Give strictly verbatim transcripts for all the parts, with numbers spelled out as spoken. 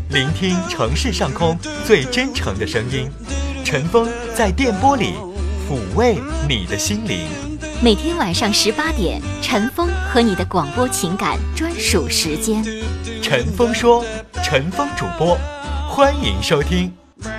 聆听城市上空最真诚的声音，陈峰在电波里抚慰你的心灵。 每天晚上十八点，陈峰和你的广播情感专属时间。 陈峰说，陈峰主播，欢迎收听。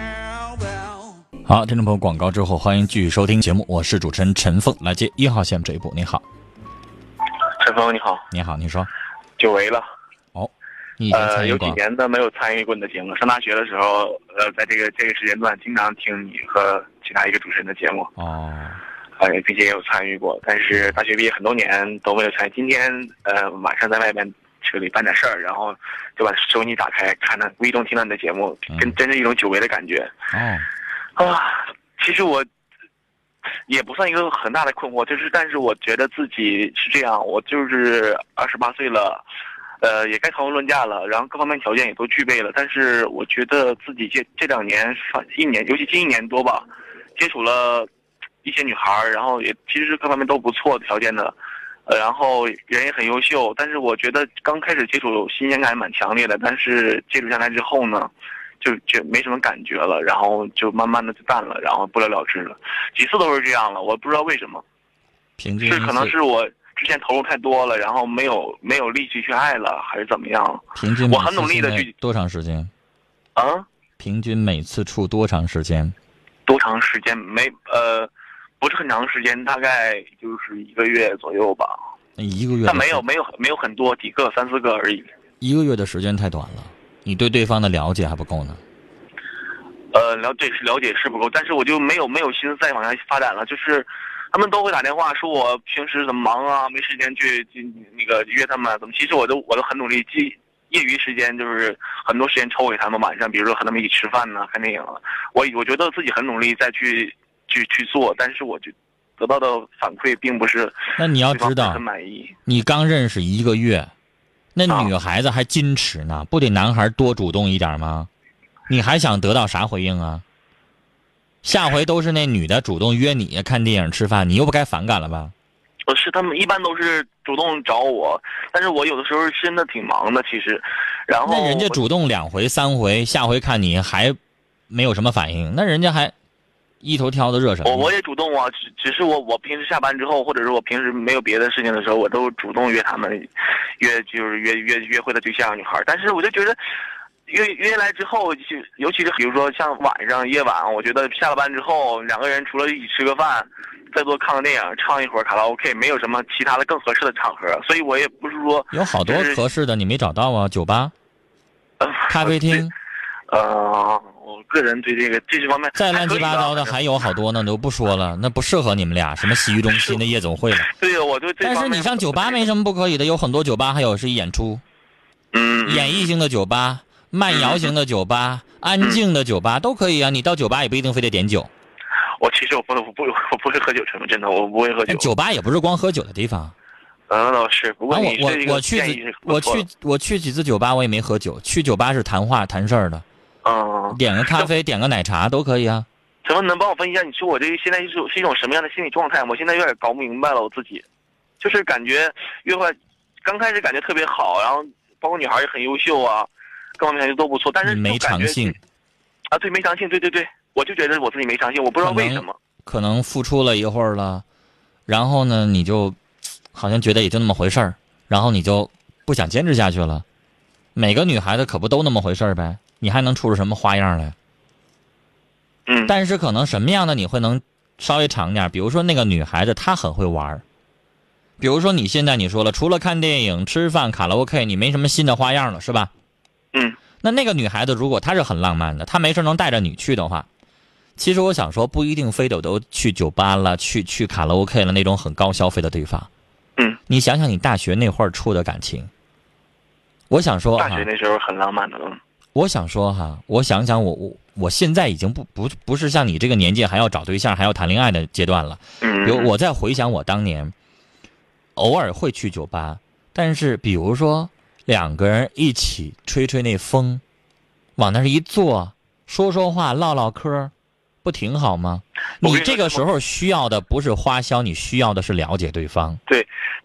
好，听众朋友，广告之后欢迎继续收听节目，我是主持人陈峰，来接一号线这一步。你好， 陈峰，你好。 你好，你说。 久违了。 哦，你已经参与过。 呃，有几年都没有参与过你的节目。上大学的时候，呃，在这个这个时间段，经常听你和其他一个主持人的节目。 哦。 呃，并且也有参与过，但是大学毕业很多年都没有参与。今天呃晚上在外面车里办点事儿，然后就把收音机打开，看了无意中听到你的节目，跟真是一种久违的感觉。 哦。 啊，其实我也不算一个很大的困惑，就是但是我觉得自己是这样，我就是二十八岁了，呃，也该谈婚论嫁了，然后各方面条件也都具备了，但是我觉得自己这这两年一年，尤其近一年多吧，接触了一些女孩，然后也其实各方面都不错的条件的，呃，然后人也很优秀，但是我觉得刚开始接触新鲜感蛮强烈的，但是接触下来之后呢，就就没什么感觉了，然后就慢慢的就淡了，然后不了了之了，几次都是这样了，我不知道为什么， 平均是可能是我之前投入太多了，然后没有没有力气去爱了，还是怎么样？ 平均我很努力的去多长时间？ 啊？ 平均每次处多长时间？ 多长时间？没呃。不是很长时间，大概就是一个月左右吧。 一个月？ 但没有没有没有很多，几个三四个而已。 一个月的时间太短了，你对对方的了解还不够呢。 呃，了解是了解是不够，但是我就没有没有心思再往下发展了。就是他们都会打电话说我平时怎么忙啊，没时间去去那个约他们怎么。其实我都我都很努力，既业余时间就是很多时间抽给他们，晚上比如说和他们一起吃饭呐、看电影啊。我我觉得自己很努力再去。去去做，但是我就得到的反馈并不是。 那你要知道， 很满意。 你刚认识一个月，那女孩子还矜持呢，啊、不得男孩多主动一点吗？你还想得到啥回应啊？下回都是那女的主动约你看电影吃饭，你又不该反感了吧？ 我是他们一般都是主动找我，但是我有的时候真的挺忙的，其实。然后那人家主动两回三回，下回看你还没有什么反应，那人家还。一头挑的热什么？ 我我也主动啊，只只是我我平时下班之后，或者是我平时没有别的事情的时候，我都主动约他们，约就是约约约会的对象女孩。但是我就觉得约约来之后，就尤其是比如说像晚上夜晚，我觉得下了班之后，两个人除了一起吃个饭，再多看个电影，唱一会儿卡拉 OK， 没有什么其他的更合适的场合。所以我也不是说有好多合适的你没找到啊，酒吧、呃、咖啡厅， 呃。我个人对这个这些方面再乱七八糟的还有好多呢，都不说了，那不适合你们俩，什么洗浴中心的夜总会了。 对呀，我就但是你上酒吧没什么不可以的，有很多酒吧还有是演出， 嗯， 演绎型的酒吧、慢摇型的酒吧、嗯、安静的酒吧都可以啊。你到酒吧也不一定非得点酒。 我其实我不我不我不会喝酒，真的真的我不会喝酒。 酒吧也不是光喝酒的地方。 嗯，老师，不过你我我我去我去我去几次酒吧，我也没喝酒。去酒吧是谈话谈事儿的。 嗯， 点个咖啡，点个奶茶都可以啊。 陈峰，能帮我分析一下，你说我这个现在是是一种什么样的心理状态？我现在有点搞不明白了，我自己，就是感觉约会刚开始感觉特别好，然后包括女孩也很优秀啊，各方面条件都不错，但是没长性啊，对，没长性，对对对，我就觉得我自己没长性，我不知道为什么。 可能付出了一会儿了，然后呢，你就好像觉得也就那么回事儿，然后你就不想坚持下去了。每个女孩子可不都那么回事儿呗？你还能出出什么花样来？ 嗯， 但是可能什么样的你会能稍微长点？比如说那个女孩子她很会玩，比如说你现在你说了，除了看电影、吃饭、卡拉 OK， 你没什么新的花样了，是吧？ 嗯。 那那个女孩子如果她是很浪漫的，她没事能带着你去的话，其实我想说，不一定非得都去酒吧了、去去卡拉 OK 了那种很高消费的地方。 嗯。 你想想你大学那会儿处的感情，我想说大学那时候很浪漫的。 我想说哈，我想想我我我现在已经不不不是像你这个年纪还要找对象还要谈恋爱的阶段了。 嗯， 有我在回想我当年，偶尔会去酒吧，但是比如说两个人一起吹吹那风，往那儿一坐，说说话，唠唠嗑，不挺好吗？你这个时候需要的不是花销，你需要的是了解对方。 对，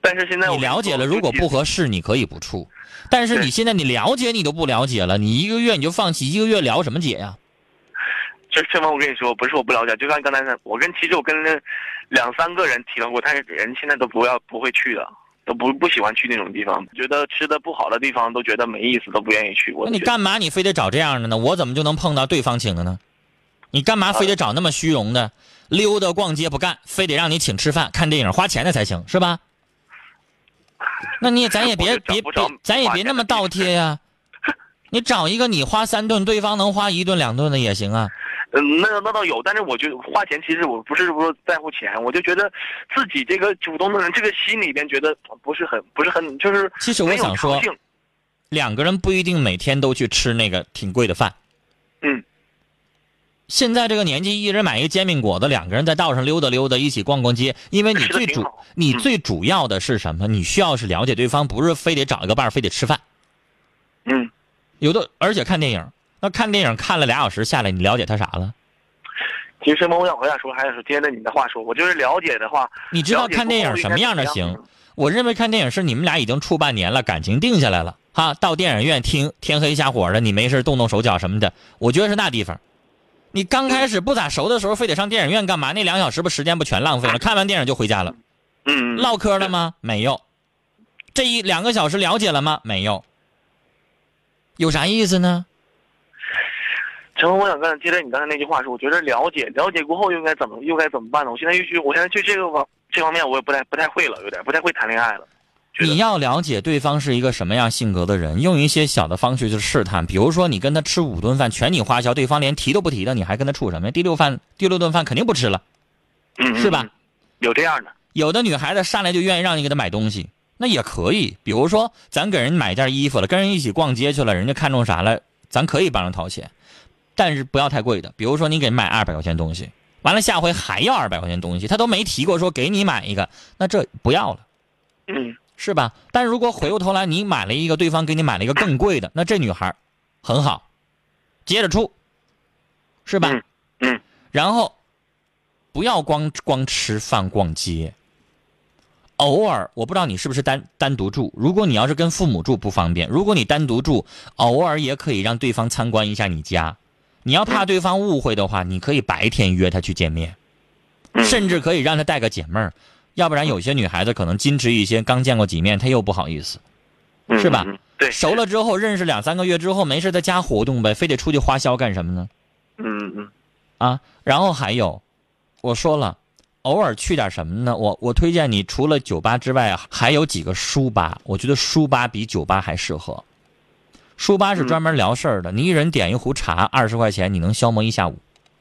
但是现在你了解了，如果不合适，你可以不处。但是你现在你了解你都不了解了，你一个月你就放弃，一个月了什么解呀？ 这这方我跟你说，不是我不了解，就像刚才我跟其实我跟那两三个人提了过，但是人现在都不要不会去的，都不不喜欢去那种地方，觉得吃的不好的地方都觉得没意思，都不愿意去。我那你干嘛你非得找这样的呢？我怎么就能碰到对方请的呢？你干嘛非得找那么虚荣的？溜达逛街不干，非得让你请吃饭、看电影、花钱的才行，是吧？那你也咱也别别别，咱也别那么倒贴呀、啊。你找一个你花三顿，对方能花一顿两顿的也行啊。 嗯，那那倒有，但是我觉得花钱其实我不是说在乎钱，我就觉得自己这个主动的人，这个心里边觉得不是很不是很就是。 其实我想说，两个人不一定每天都去吃那个挺贵的饭。 嗯。 现在这个年纪，一人买一个煎饼果子，两个人在道上溜达溜达，一起逛逛街。因为你最主你最主要的是什么？你需要是了解对方，不是非得找一个伴儿，非得吃饭。 嗯。 有的，而且看电影。那看电影看了俩小时下来，你了解他啥了？ 其实我想回来说，还是接着你的话说，我就是了解的话， 你知道看电影什么样的行？我认为看电影是你们俩已经处半年了，感情定下来了，哈，到电影院听天黑瞎火的，你没事动动手脚什么的，我觉得是那地方。你刚开始不咋熟的时候，非得上电影院干嘛？那两小时不时间不全浪费了？看完电影就回家了。 嗯， 唠嗑了吗？没有。这一两个小时了解了吗？没有。有啥意思呢？ 陈峰，我想刚才接着你刚才那句话说，我觉得了解了解过后又应该怎么又该怎么办呢？我现在又去，我现在对这个方这方面我也不太不太会了，有点不太会谈恋爱了。 你要了解对方是一个什么样性格的人，用一些小的方式去试探，比如说你跟他吃五顿饭全你花销，对方连提都不提的，你还跟他处什么呀？第六饭第六顿饭肯定不吃了， 嗯， 是吧？ 有这样的， 有的女孩子上来就愿意让你给她买东西，那也可以。比如说咱给人买件衣服了，跟人一起逛街去了，人家看中啥了，咱可以帮人掏钱。但是不要太贵的，比如说你给买二百块钱东西，完了下回还要二百块钱东西，他都没提过说给你买一个，那这不要了， 嗯， 是吧？但如果回过头来你买了一个，对方给你买了一个更贵的，那这女孩很好，接着处，是吧？ 嗯，嗯， 然后不要光光吃饭逛街，偶尔我不知道你是不是单单独住，如果你要是跟父母住不方便，如果你单独住，偶尔也可以让对方参观一下你家。你要怕对方误会的话，你可以白天约他去见面，甚至可以让他带个姐妹儿，要不然有些女孩子可能矜持一些，刚见过几面，她又不好意思，是吧？ 对， 熟了之后，认识两三个月之后，没事在家活动呗，非得出去花销干什么呢？ 嗯嗯， 啊，然后还有，我说了，偶尔去点什么呢？我我推荐你除了酒吧之外，还有几个书吧，我觉得书吧比酒吧还适合。书吧是专门聊事儿的，你一人点一壶茶，二十块钱，你能消磨一下午，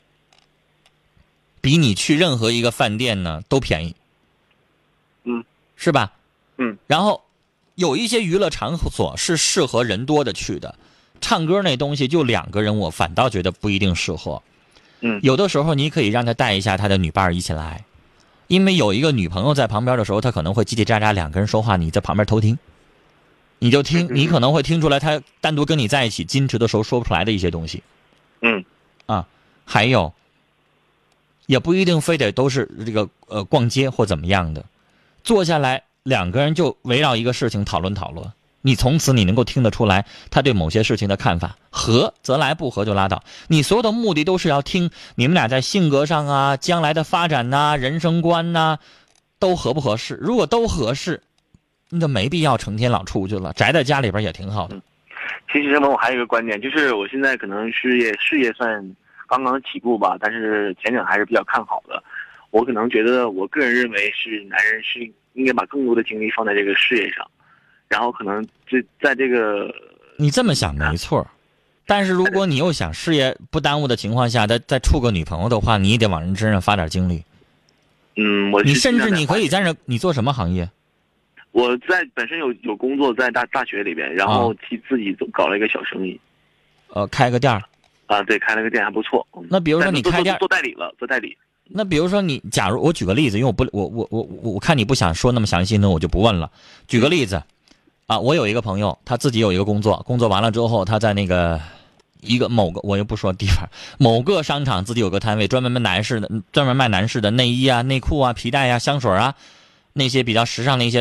比你去任何一个饭店呢都便宜， 嗯， 是吧？ 嗯， 然后有一些娱乐场所是适合人多的去的，唱歌那东西就两个人，我反倒觉得不一定适合。 嗯， 有的时候你可以让他带一下他的女伴一起来，因为有一个女朋友在旁边的时候，他可能会叽叽喳喳两个人说话，你在旁边偷听。你就听，你可能会听出来他单独跟你在一起矜持的时候说不出来的一些东西。 嗯， 啊，还有，也不一定非得都是这个呃逛街或怎么样的，坐下来两个人就围绕一个事情讨论讨论，你从此你能够听得出来他对某些事情的看法，合则来，不合就拉倒。你所有的目的都是要听你们俩在性格上啊、将来的发展呐、啊、人生观呐、啊，都合不合适。如果都合适，那就没必要成天老出去了，宅在家里边也挺好的。 其实我还有一个观点，就是我现在可能事业事业算刚刚起步吧，但是前景还是比较看好的。我可能觉得，我个人认为是男人是应该把更多的精力放在这个事业上，然后可能这在这个你这么想没错，但是如果你又想事业不耽误的情况下，再再处个女朋友的话，你也得往人身上发点精力。 嗯，我你甚至你可以在这，你做什么行业？ 我在本身有有工作在大大学里边，然后替自己搞了一个小生意， 呃，开个店儿。 啊，对，开了个店还不错。 那比如说你开店做代理了，做代理。 那比如说你，假如我举个例子，因为我不我我我我看你不想说那么详细呢，我就不问了。举个例子，啊，我有一个朋友，他自己有一个工作，工作完了之后，他在那个一个某个我又不说地方，某个商场自己有个摊位，专门卖男士的，专门卖男士的内衣啊、内裤啊、皮带啊、香水啊，那些比较时尚的一些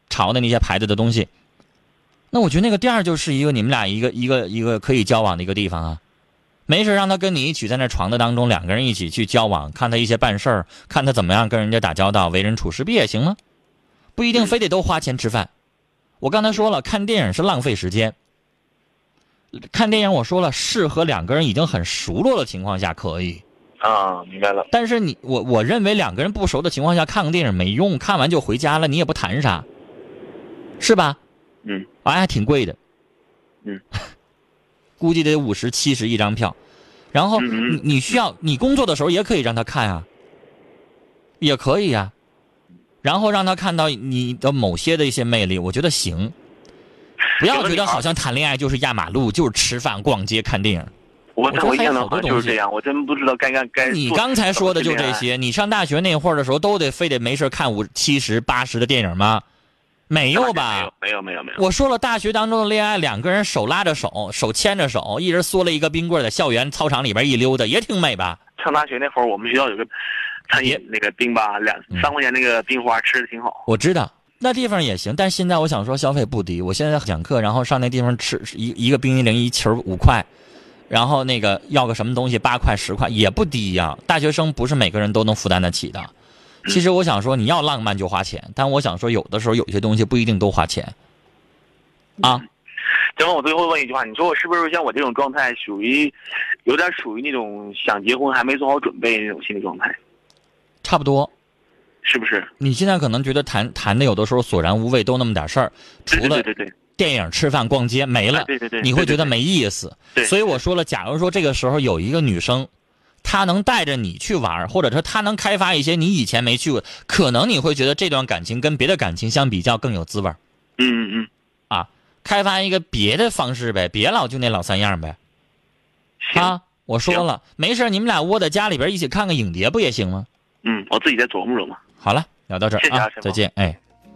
潮的那些牌子的东西。那我觉得那个店儿就是一个你们俩一个一个一个可以交往的一个地方啊。没事让他跟你一起在那床的当中，两个人一起去交往，看他一些办事儿，看他怎么样跟人家打交道，为人处事，不也行吗？不一定非得都花钱吃饭。我刚才说了，看电影是浪费时间。看电影我说了，适合两个人已经很熟络的情况下可以。 啊，明白了。 但是你我我认为两个人不熟的情况下看个电影没用，看完就回家了，你也不谈啥，是吧？ 嗯， 哎，还挺贵的。 嗯， 估计得五十七十一张票。然后嗯你你需要你工作的时候也可以让他看啊，也可以啊。然后让他看到你的某些的一些魅力，我觉得行。不要觉得好像谈恋爱就是压马路，就是吃饭、逛街、看电影。 我觉得还有好多东西就是这样，我真不知道该该该。 你刚才说的就这些，你上大学那会儿的时候，都得非得没事看五七十八十的电影吗？没有吧？ 没有没有没有。 我说了，大学当中的恋爱，两个人手拉着手，手牵着手，一人缩了一个冰棍，在校园操场里边一溜达，也挺美吧？ 上大学那会儿，我们学校有个餐饮那个冰吧，两三块钱那个冰花，吃的挺好。 我知道那地方也行，但现在我想说消费不低。我现在讲课，然后上那地方吃一一个冰激凌一球五块，然后那个要个什么东西八块十块也不低呀。大学生不是每个人都能负担得起的。其实我想说，你要浪漫就花钱，但我想说，有的时候有些东西不一定都花钱啊。 请问我最后问一句话，你说我是不是像我这种状态，属于有点属于那种想结婚还没做好准备那种心理状态？ 差不多。 是不是？ 你现在可能觉得谈谈的有的时候索然无味，都那么点事儿，除了电影、吃饭、逛街没了， 对对对， 你会觉得没意思。所以我说了，假如说这个时候有一个女生，她能带着你去玩，或者说她能开发一些你以前没去过，可能你会觉得这段感情跟别的感情相比较更有滋味。 嗯嗯嗯。 啊，开发一个别的方式呗，别老就那老三样呗。啊，我说了，没事，你们俩窝在家里边一起看个影碟不也行吗？ 嗯，我自己在琢磨琢磨。 好了，聊到这儿啊，再见，哎。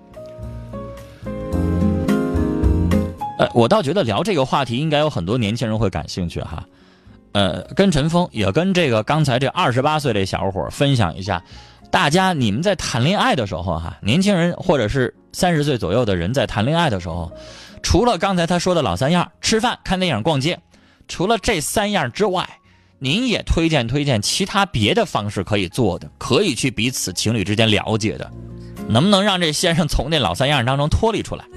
呃，我倒觉得聊这个话题，应该有很多年轻人会感兴趣哈。呃，跟陈峰也跟这个刚才这二十八岁的小伙分享一下，大家你们在谈恋爱的时候哈，年轻人或者是三十岁左右的人在谈恋爱的时候，除了刚才他说的老三样，吃饭、看电影、逛街，除了这三样之外，您也推荐推荐其他别的方式可以做的，可以去彼此情侣之间了解的，能不能让这先生从那老三样当中脱离出来？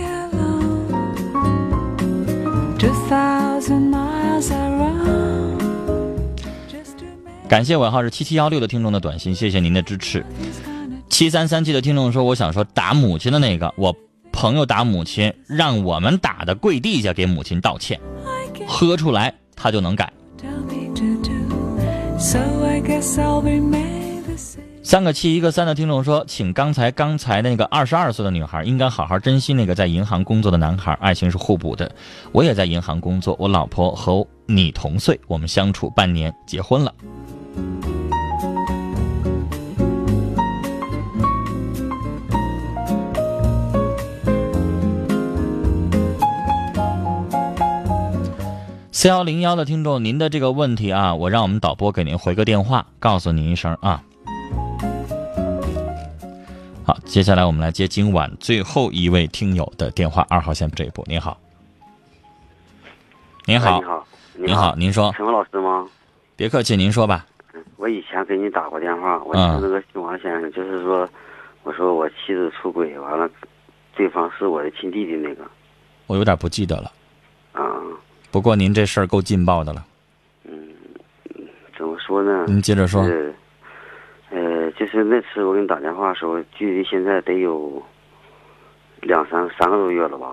感谢尾号是七七一六的听众的短信，谢谢您的支持。七三三七的听众说，我想说打母亲的那个，我朋友打母亲，让我们打的跪地下给母亲道歉，喝出来他就能改。三个七一个三的听众说，请刚才刚才那个二十二岁的女孩应该好好珍惜那个在银行工作的男孩，爱情是互补的。我也在银行工作，我老婆和你同岁，我们相处半年结婚了。四幺零幺的听众，您的这个问题啊，我让我们导播给您回个电话，告诉您一声啊。好，接下来我们来接今晚最后一位听友的电话，二号线这一步。您好，您好， 你好， 您好，您说。 陈峰老师吗？ 别客气，您说吧。 我以前给你打过电话，我是那个姓王先生，嗯、就是说，我说我妻子出轨，完了，对方是我的亲弟弟那个。 我有点不记得了。 啊。 不过您这事儿够劲爆的了。 嗯，怎么说呢？ 您接着说。 是呃，就是那次我给你打电话的时候，距离现在得有两三三个多月了吧。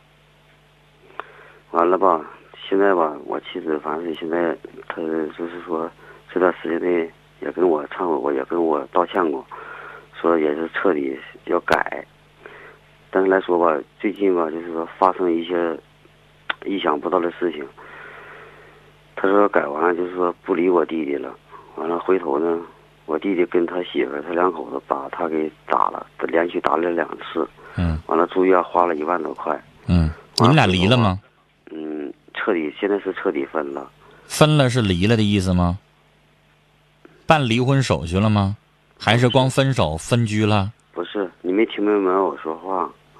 完了吧，现在吧，我妻子反正现在她就是说这段时间内也跟我忏悔过，也跟我道歉过，说也是彻底要改。但是来说吧，最近吧，就是说发生一些意想不到的事情。他说改完了，就是说不理我弟弟了。完了回头呢，我弟弟跟他媳妇儿，他两口子把他给打了，他连续打了两次。 嗯。 完了住院花了一万多块。 嗯。你们俩离了吗？ 嗯，彻底现在是彻底分了。 分了是离了的意思吗？办离婚手续了吗？还是光分手分居了？ 不是，你没听明白我说话。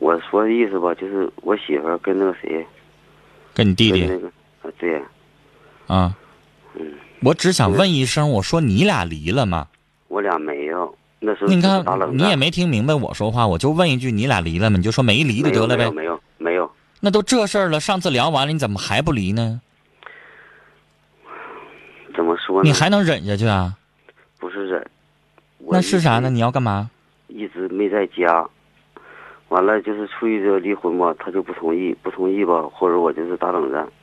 我说的意思吧，就是我媳妇儿跟那个谁， 跟你弟弟跟那个啊，对， 啊， 嗯， 我只想问一声，我说你俩离了吗？ 我俩没有，那时候你看打冷战你也没听明白我说话，我就问一句，你俩离了吗？你就说没离就得了呗。 没有没有没有， 那都这事儿了，上次聊完了，你怎么还不离呢？ 怎么说呢？ 你还能忍下去啊？ 不是忍，我那是啥呢？ 一直你要干嘛？ 一直没在家，完了就是出于这离婚吧，他就不同意，不同意吧，或者我就是打冷战。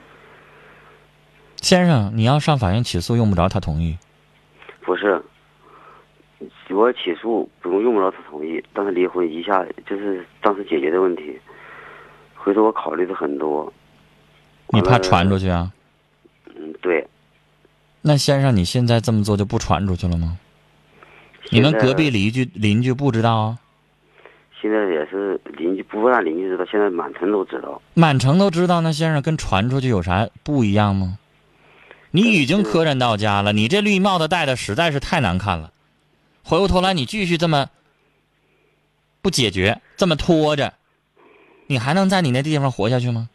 先生，你要上法院起诉，用不着他同意。 不是，我起诉不用用不着他同意，但是离婚一下就是当时解决的问题。回头我考虑的很多。 你怕传出去啊？ 嗯，对。 那先生，你现在这么做就不传出去了吗？你们隔壁邻居邻居不知道啊？ 现在也是邻居，不但邻居知道，现在满城都知道。 满城都知道，那先生跟传出去有啥不一样吗？你已经客人到家了，你这绿帽子戴的实在是太难看了。回过头来，你继续这么不解决，这么拖着，你还能在你那地方活下去吗？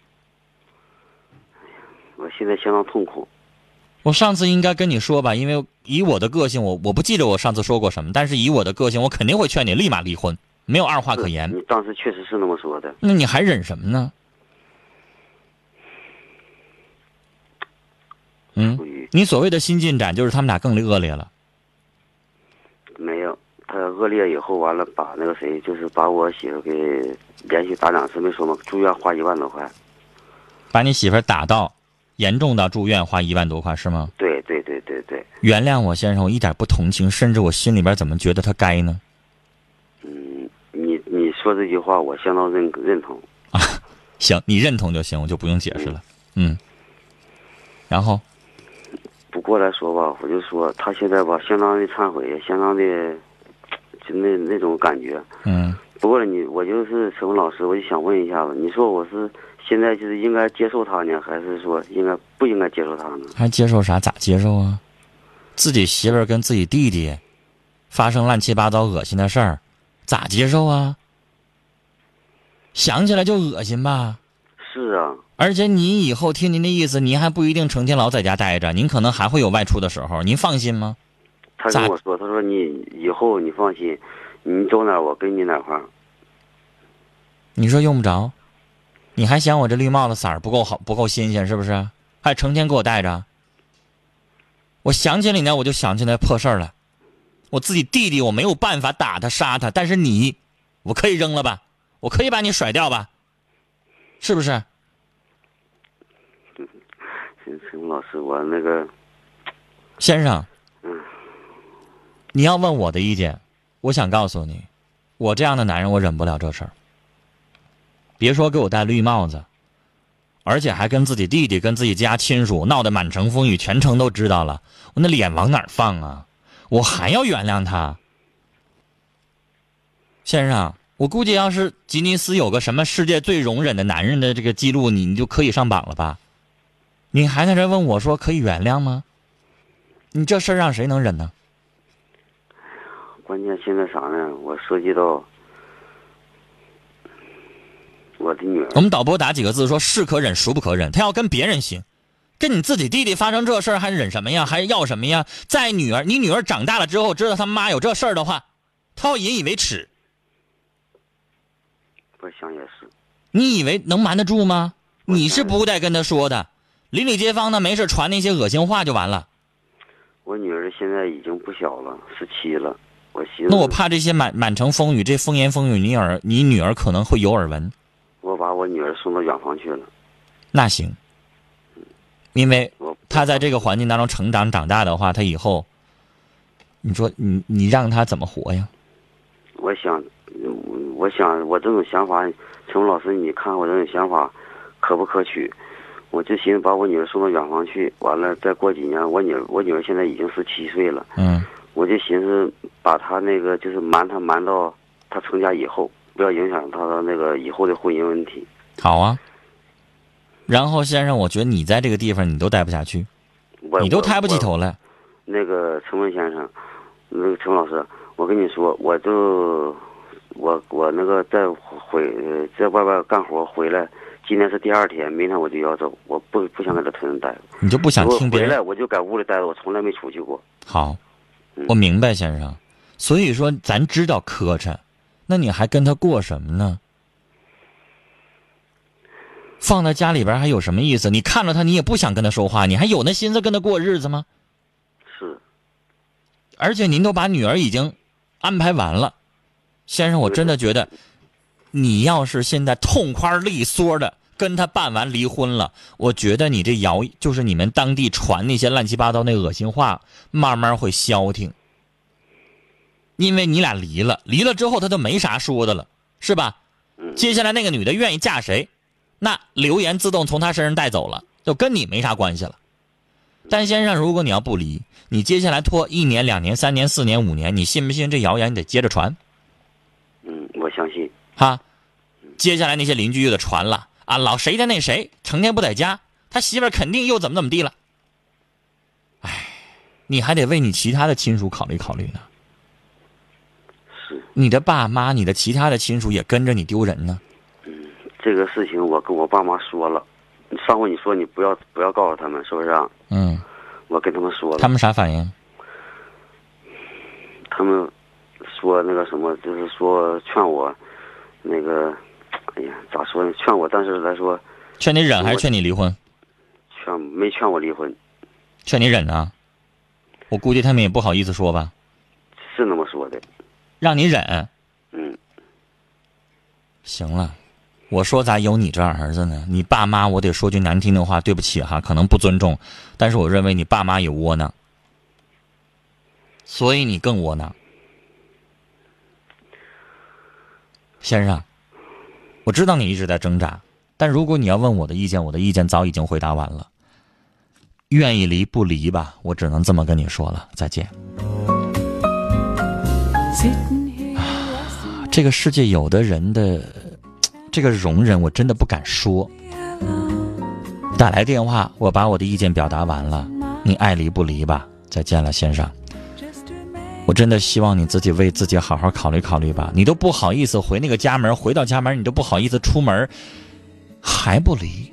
我现在相当痛苦。 我上次应该跟你说吧，因为以我的个性，我我不记得我上次说过什么，但是以我的个性，我肯定会劝你立马离婚，没有二话可言。 你当时确实是那么说的。 那你还忍什么呢？嗯，你所谓的新进展就是他们俩更恶劣了。 没有，他恶劣以后完了，把那个谁，就是把我媳妇给连续打两次，没说吗？住院花一万多块。 把你媳妇打到严重到住院花一万多块是吗？ 对对对对对。 原谅我先生，我一点不同情，甚至我心里边怎么觉得他该呢？ 嗯，你你说这句话我相当认认同。 啊，行，你认同就行，我就不用解释了。嗯。然后。 不过来说吧，我就说他现在吧，相当的忏悔，相当的就那那种感觉。 嗯。 不过你我就是陈文老师，我就想问一下子，你说我是现在就是应该接受他呢，还是说应该不应该接受他呢？ 还接受啥？咋接受啊？自己媳妇儿跟自己弟弟发生乱七八糟恶心的事儿，咋接受啊？想起来就恶心吧。 是啊。 而且你以后听您的意思，您还不一定成天老在家待着，您可能还会有外出的时候，您放心吗？ 他跟我说，他说你以后你放心，你走哪儿我跟你哪块儿。 你说用不着，你还嫌我这绿帽子色儿不够好，不够新鲜是不是？还成天给我戴着。我想起你呢，我就想起来破事儿了。我自己弟弟我没有办法打他杀他，但是你，我可以扔了吧？我可以把你甩掉吧？是不是？ 陈老师，我那个先生， 嗯， 你要问我的意见，我想告诉你，我这样的男人我忍不了这事儿。别说给我戴绿帽子，而且还跟自己弟弟、跟自己家亲属闹得满城风雨，全城都知道了，我那脸往哪儿放啊？我还要原谅他？先生，我估计要是吉尼斯有个什么世界最容忍的男人的这个记录，你你就可以上榜了吧？你还在这问我说可以原谅吗？你这事儿让谁能忍呢？ 关键现在啥呢？我涉及到我的女儿。 我们导播打几个字说是可忍孰不可忍，他要跟别人行，跟你自己弟弟发生这事儿还忍什么呀？还要什么呀？在女儿你女儿长大了之后知道他妈有这事儿的话，他要引以为耻。 我想也是。 你以为能瞒得住吗？你是不带跟他说的，邻里街坊呢没事传那些恶心话就完了。 我女儿现在已经不小了，十七了。我寻思， 那我怕这些满满城风雨，这风言风语，你耳你女儿可能会有耳闻。 我把我女儿送到远方去了。 那行，因为她在这个环境当中成长长大的话，她以后，你说你你让她怎么活呀？ 我想，我想我这种想法，陈文老师，你看我这种想法可不可取？我就寻思把我女儿送到远方去，完了再过几年，我女儿我女儿现在已经十七岁了。 嗯。 我就寻思把她那个就是瞒她瞒到她成家以后，不要影响她的那个以后的婚姻问题。 好啊。然后先生，我觉得你在这个地方你都待不下去，你都抬不起头来。 那个陈文先生，那个陈老师，我跟你说，我就我我那个在回在外边干活回来，今天是第二天，明天我就要走，我不不想在这屯人待。 你就不想听别人？ 回来我就在屋里待着，我从来没出去过。 好，我明白先生。所以说咱知道磕碜，那你还跟他过什么呢？放在家里边还有什么意思？你看着他，你也不想跟他说话，你还有那心思跟他过日子吗？ 是。 而且您都把女儿已经安排完了，先生，我真的觉得，你要是现在痛快利索的跟他办完离婚了，我觉得你这谣就是你们当地传那些乱七八糟那恶心话，慢慢会消停。因为你俩离了，离了之后他就没啥说的了，是吧？接下来那个女的愿意嫁谁？那流言自动从他身上带走了，就跟你没啥关系了。但先生，如果你要不离，你接下来拖一年、两年、三年、四年、五年，你信不信这谣言你得接着传？ 嗯，我相信。 哈，接下来那些邻居又得传了啊，老谁的那谁成天不在家，他媳妇儿肯定又怎么怎么地了。哎，你还得为你其他的亲属考虑考虑呢。 是。 你的爸妈、你的其他的亲属也跟着你丢人呢。 这个事情我跟我爸妈说了，上回你说你不要不要告诉他们，是不是啊？ 嗯， 我跟他们说了。 他们啥反应？ 他们说那个什么，就是说劝我，那个，哎呀，咋说呢？劝我，但是来说， 劝你忍还是劝你离婚？ 劝没劝我离婚， 劝你忍啊！我估计他们也不好意思说吧。 是那么说的。 让你忍。 嗯。 行了。我说咋有你这儿子呢？你爸妈我得说句难听的话，对不起哈，可能不尊重，但是我认为你爸妈也窝囊，所以你更窝囊。先生，我知道你一直在挣扎，但如果你要问我的意见，我的意见早已经回答完了。愿意离不离吧，我只能这么跟你说了。再见。啊，这个世界有的人的这个容忍我真的不敢说。打来电话，我把我的意见表达完了，你爱离不离吧。再见了，先生。我真的希望你自己为自己好好考虑考虑吧。你都不好意思回那个家门，回到家门你都不好意思出门，还不离。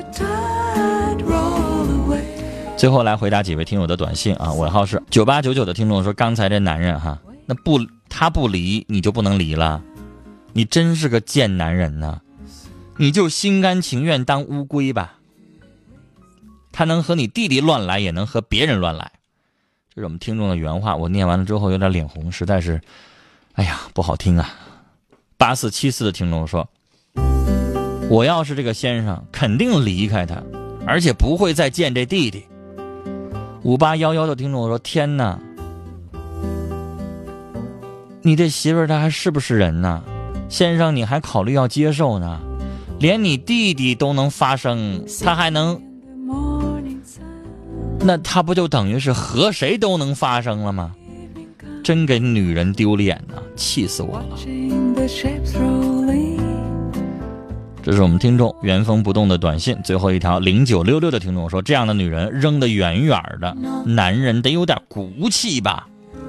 最后来回答几位听友的短信啊，尾号是九八九九的听众说，刚才这男人哈，那不他不离你就不能离了。你真是个贱男人呢，你就心甘情愿当乌龟吧。他能和你弟弟乱来，也能和别人乱来。这是我们听众的原话，我念完了之后有点脸红，实在是，哎呀，不好听啊。八四七四的听众说，我要是这个先生，肯定离开他，而且不会再见这弟弟。五八一一的听众说，天哪，你这媳妇儿她还是不是人呢？先生，你还考虑要接受呢？连你弟弟都能发生，他还能？那他不就等于是和谁都能发生了吗？真给女人丢脸呢，气死我了。这是我们听众原封不动的短信。最后一条零九六六的听众说，这样的女人扔得远远的，男人得有点骨气吧。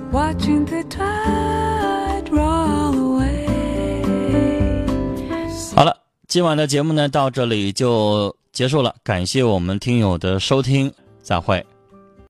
好了，今晚的节目呢到这里就结束了，感谢我们听友的收听，再会。